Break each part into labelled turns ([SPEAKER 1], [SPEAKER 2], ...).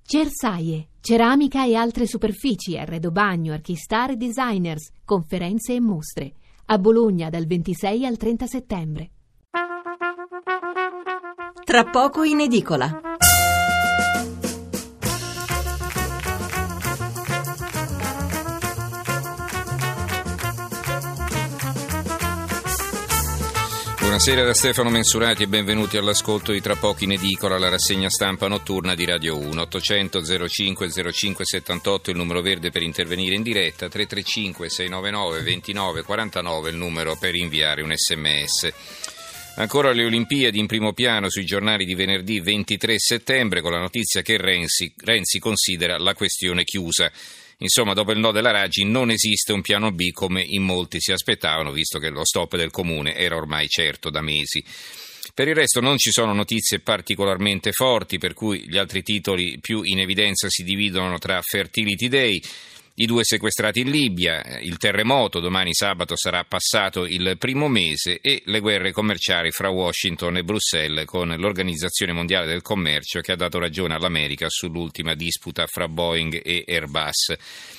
[SPEAKER 1] Cersaie, ceramica e altre superfici, arredo bagno, archistar e designers, conferenze e mostre. A Bologna dal 26 al 30 settembre.
[SPEAKER 2] Tra poco in edicola.
[SPEAKER 3] Buonasera da Stefano Mensurati e benvenuti all'ascolto di Tra poco in edicola, la rassegna stampa notturna di Radio 1. 800 05 05 78 il numero verde per intervenire in diretta, 335 699 29 49 il numero per inviare un sms. Ancora le Olimpiadi in primo piano sui giornali di venerdì 23 settembre con la notizia che Renzi considera la questione chiusa. Insomma, dopo il no della Raggi non esiste un piano B come in molti si aspettavano, visto che lo stop del comune era ormai certo da mesi. Per il resto non ci sono notizie particolarmente forti, per cui gli altri titoli più in evidenza si dividono tra Fertility Day, i 2 sequestrati in Libia, il terremoto, domani sabato sarà passato il primo mese, e le guerre commerciali fra Washington e Bruxelles con l'Organizzazione Mondiale del Commercio che ha dato ragione all'America sull'ultima disputa fra Boeing e Airbus.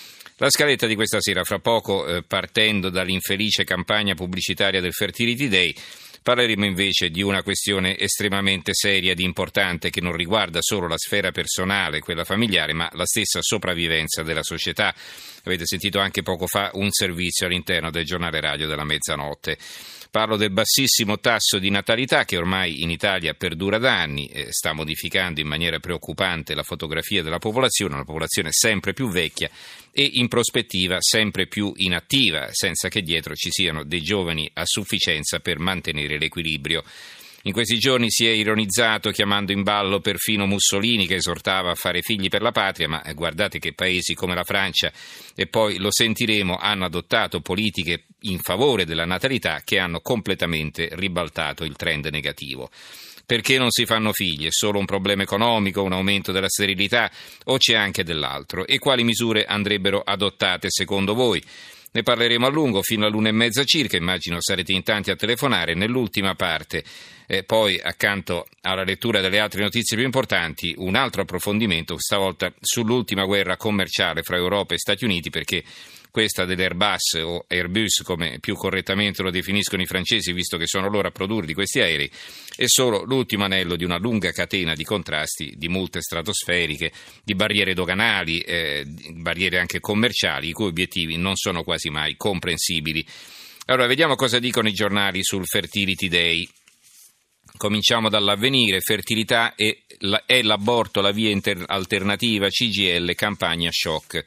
[SPEAKER 3] La scaletta di questa sera, fra poco, partendo dall'infelice campagna pubblicitaria del Fertility Day, parleremo invece di una questione estremamente seria ed importante che non riguarda solo la sfera personale, quella familiare, ma la stessa sopravvivenza della società. Avete sentito anche poco fa un servizio all'interno del giornale radio della mezzanotte. Parlo del bassissimo tasso di natalità che ormai in Italia perdura da anni, sta modificando in maniera preoccupante la fotografia della popolazione, una popolazione sempre più vecchia e in prospettiva sempre più inattiva, senza che dietro ci siano dei giovani a sufficienza per mantenere l'equilibrio. In questi giorni si è ironizzato chiamando in ballo perfino Mussolini che esortava a fare figli per la patria, ma guardate che paesi come la Francia, e poi lo sentiremo, hanno adottato politiche in favore della natalità che hanno completamente ribaltato il trend negativo. Perché non si fanno figli? È solo un problema economico, un aumento della sterilità o c'è anche dell'altro? E quali misure andrebbero adottate secondo voi? Ne parleremo a lungo fino all'1:30 circa, immagino sarete in tanti a telefonare. Nell'ultima parte, poi accanto alla lettura delle altre notizie più importanti, un altro approfondimento, stavolta sull'ultima guerra commerciale fra Europa e Stati Uniti, perché questa dell'Airbus o Airbus, come più correttamente lo definiscono i francesi, visto che sono loro a produrre di questi aerei, è solo l'ultimo anello di una lunga catena di contrasti, di multe stratosferiche, di barriere doganali, barriere anche commerciali, i cui obiettivi non sono quasi mai comprensibili. Allora, vediamo cosa dicono i giornali sul Fertility Day. Cominciamo dall'Avvenire. Fertilità è l'aborto la via alternativa, CGIL, campagna shock.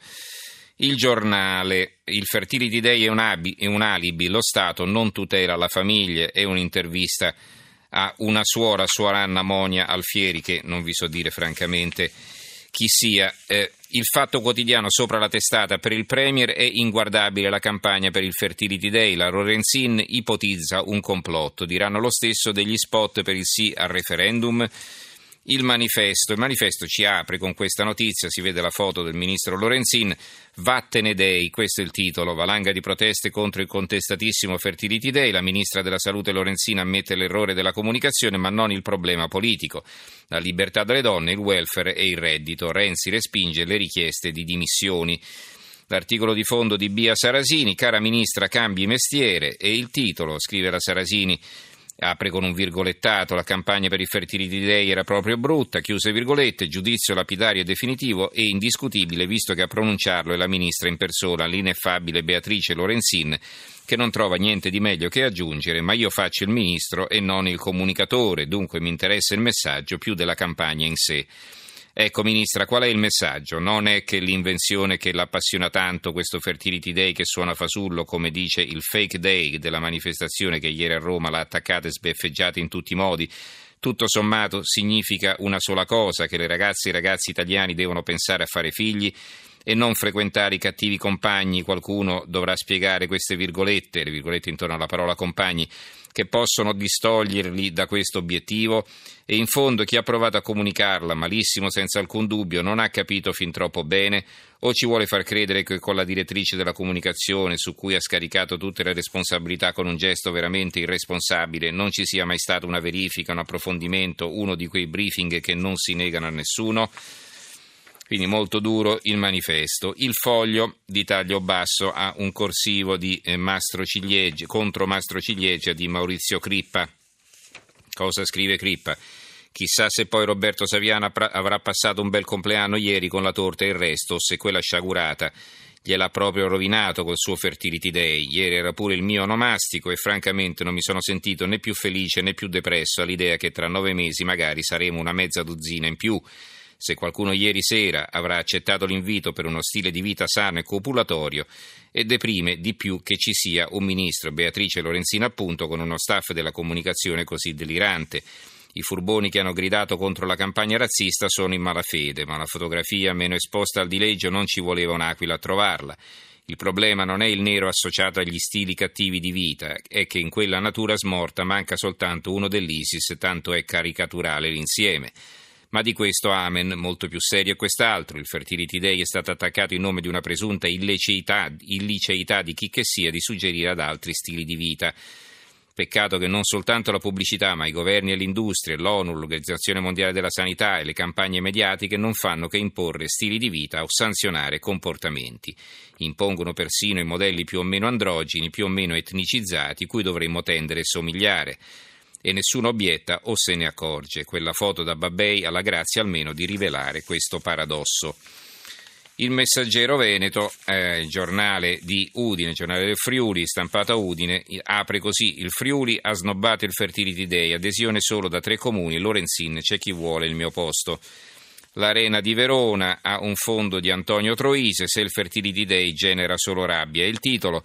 [SPEAKER 3] Il Giornale, il Fertility Day è un alibi, lo Stato non tutela la famiglia, è un'intervista a una suora, Suor Anna Monia Alfieri, che non vi so dire francamente chi sia. Il Fatto Quotidiano, sopra la testata, per il Premier è inguardabile la campagna per il Fertility Day, la Lorenzin ipotizza un complotto, diranno lo stesso degli spot per il sì al referendum. Il manifesto ci apre con questa notizia, si vede la foto del ministro Lorenzin, Vattene Day, questo è il titolo, valanga di proteste contro il contestatissimo Fertility Day, la ministra della Salute Lorenzin ammette l'errore della comunicazione ma non il problema politico, la libertà delle donne, il welfare e il reddito, Renzi respinge le richieste di dimissioni. L'articolo di fondo di Bia Sarasini, cara ministra cambi mestiere, e il titolo, scrive la Sarasini, apre con un virgolettato, la campagna per il Fertility Day era proprio brutta, chiuse virgolette, giudizio lapidario e definitivo e indiscutibile visto che a pronunciarlo è la ministra in persona, l'ineffabile Beatrice Lorenzin, che non trova niente di meglio che aggiungere, ma io faccio il ministro e non il comunicatore, dunque mi interessa il messaggio più della campagna in sé. Ecco, ministra, qual è il messaggio? Non è che l'invenzione che l'appassiona tanto questo Fertility Day che suona fasullo, come dice il fake day della manifestazione che ieri a Roma l'ha attaccata e sbeffeggiata in tutti i modi. Tutto sommato significa una sola cosa, che le ragazze e i ragazzi italiani devono pensare a fare figli e non frequentare i cattivi compagni. Qualcuno dovrà spiegare queste virgolette, le virgolette intorno alla parola compagni, che possono distoglierli da questo obiettivo, e in fondo chi ha provato a comunicarla malissimo senza alcun dubbio non ha capito fin troppo bene, o ci vuole far credere che con la direttrice della comunicazione, su cui ha scaricato tutte le responsabilità con un gesto veramente irresponsabile, non ci sia mai stata una verifica, un approfondimento, uno di quei briefing che non si negano a nessuno. Quindi molto duro il manifesto. Il Foglio di taglio basso ha un corsivo di Mastro Ciliegia, contro Mastro Ciliegia di Maurizio Crippa. Cosa scrive Crippa? Chissà se poi Roberto Saviano avrà passato un bel compleanno ieri con la torta e il resto, o se quella sciagurata gliel'ha proprio rovinato col suo Fertility Day. Ieri era pure il mio onomastico e francamente non mi sono sentito né più felice né più depresso all'idea che tra 9 mesi magari saremo una mezza dozzina in più. Se qualcuno ieri sera avrà accettato l'invito per uno stile di vita sano e copulatorio, e deprime di più che ci sia un ministro, Beatrice Lorenzin appunto, con uno staff della comunicazione così delirante. I furboni che hanno gridato contro la campagna razzista sono in malafede, ma la fotografia meno esposta al dileggio non ci voleva un'aquila a trovarla. Il problema non è il nero associato agli stili cattivi di vita, è che in quella natura smorta manca soltanto uno dell'ISIS, tanto è caricaturale l'insieme. Ma di questo amen, molto più serio è quest'altro. Il Fertility Day è stato attaccato in nome di una presunta illiceità di chi che sia di suggerire ad altri stili di vita. Peccato che non soltanto la pubblicità, ma i governi e l'industria, l'ONU, l'Organizzazione Mondiale della Sanità e le campagne mediatiche non fanno che imporre stili di vita o sanzionare comportamenti. Impongono persino i modelli più o meno androgini, più o meno etnicizzati, cui dovremmo tendere e somigliare. E nessuno obietta o se ne accorge. Quella foto da Babbei ha la grazia almeno di rivelare questo paradosso. Il Messaggero Veneto, giornale di Udine, giornale del Friuli, stampato a Udine, apre così: il Friuli ha snobbato il Fertility Day, adesione solo da 3 comuni, Lorenzin, c'è chi vuole il mio posto. L'Arena di Verona ha un fondo di Antonio Troise, se il Fertility Day genera solo rabbia. Il titolo,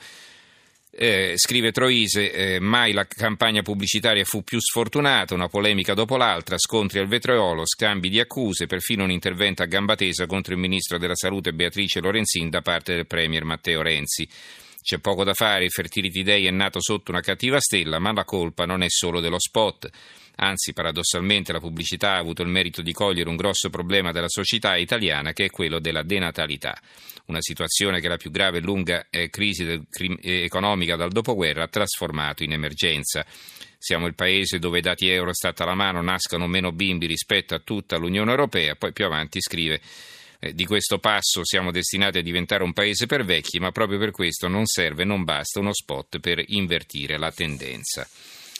[SPEAKER 3] scrive Troise, mai la campagna pubblicitaria fu più sfortunata, una polemica dopo l'altra, scontri al vetriolo, scambi di accuse, perfino un intervento a gamba tesa contro il ministro della Salute Beatrice Lorenzin da parte del premier Matteo Renzi. C'è poco da fare, il Fertility Day è nato sotto una cattiva stella, ma la colpa non è solo dello spot. Anzi, paradossalmente, la pubblicità ha avuto il merito di cogliere un grosso problema della società italiana, che è quello della denatalità. Una situazione che la più grave e lunga crisi economica dal dopoguerra ha trasformato in emergenza. Siamo il paese dove i dati Eurostat alla mano nascono meno bimbi rispetto a tutta l'Unione Europea. Poi più avanti scrive: di questo passo siamo destinati a diventare un paese per vecchi, ma proprio per questo non serve, non basta uno spot per invertire la tendenza.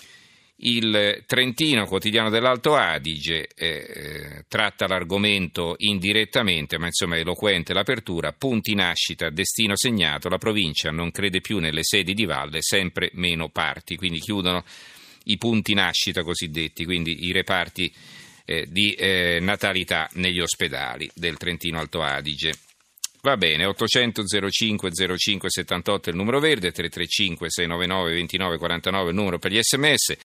[SPEAKER 3] Il Trentino, quotidiano dell'Alto Adige, tratta l'argomento indirettamente, ma insomma è eloquente l'apertura: punti nascita, destino segnato, la provincia non crede più nelle sedi di valle, sempre meno parti, quindi chiudono i punti nascita cosiddetti, quindi i reparti di natalità negli ospedali del Trentino Alto Adige. Va bene, 800 05 05 78 è il numero verde, 335 699 29 49 il numero per gli SMS.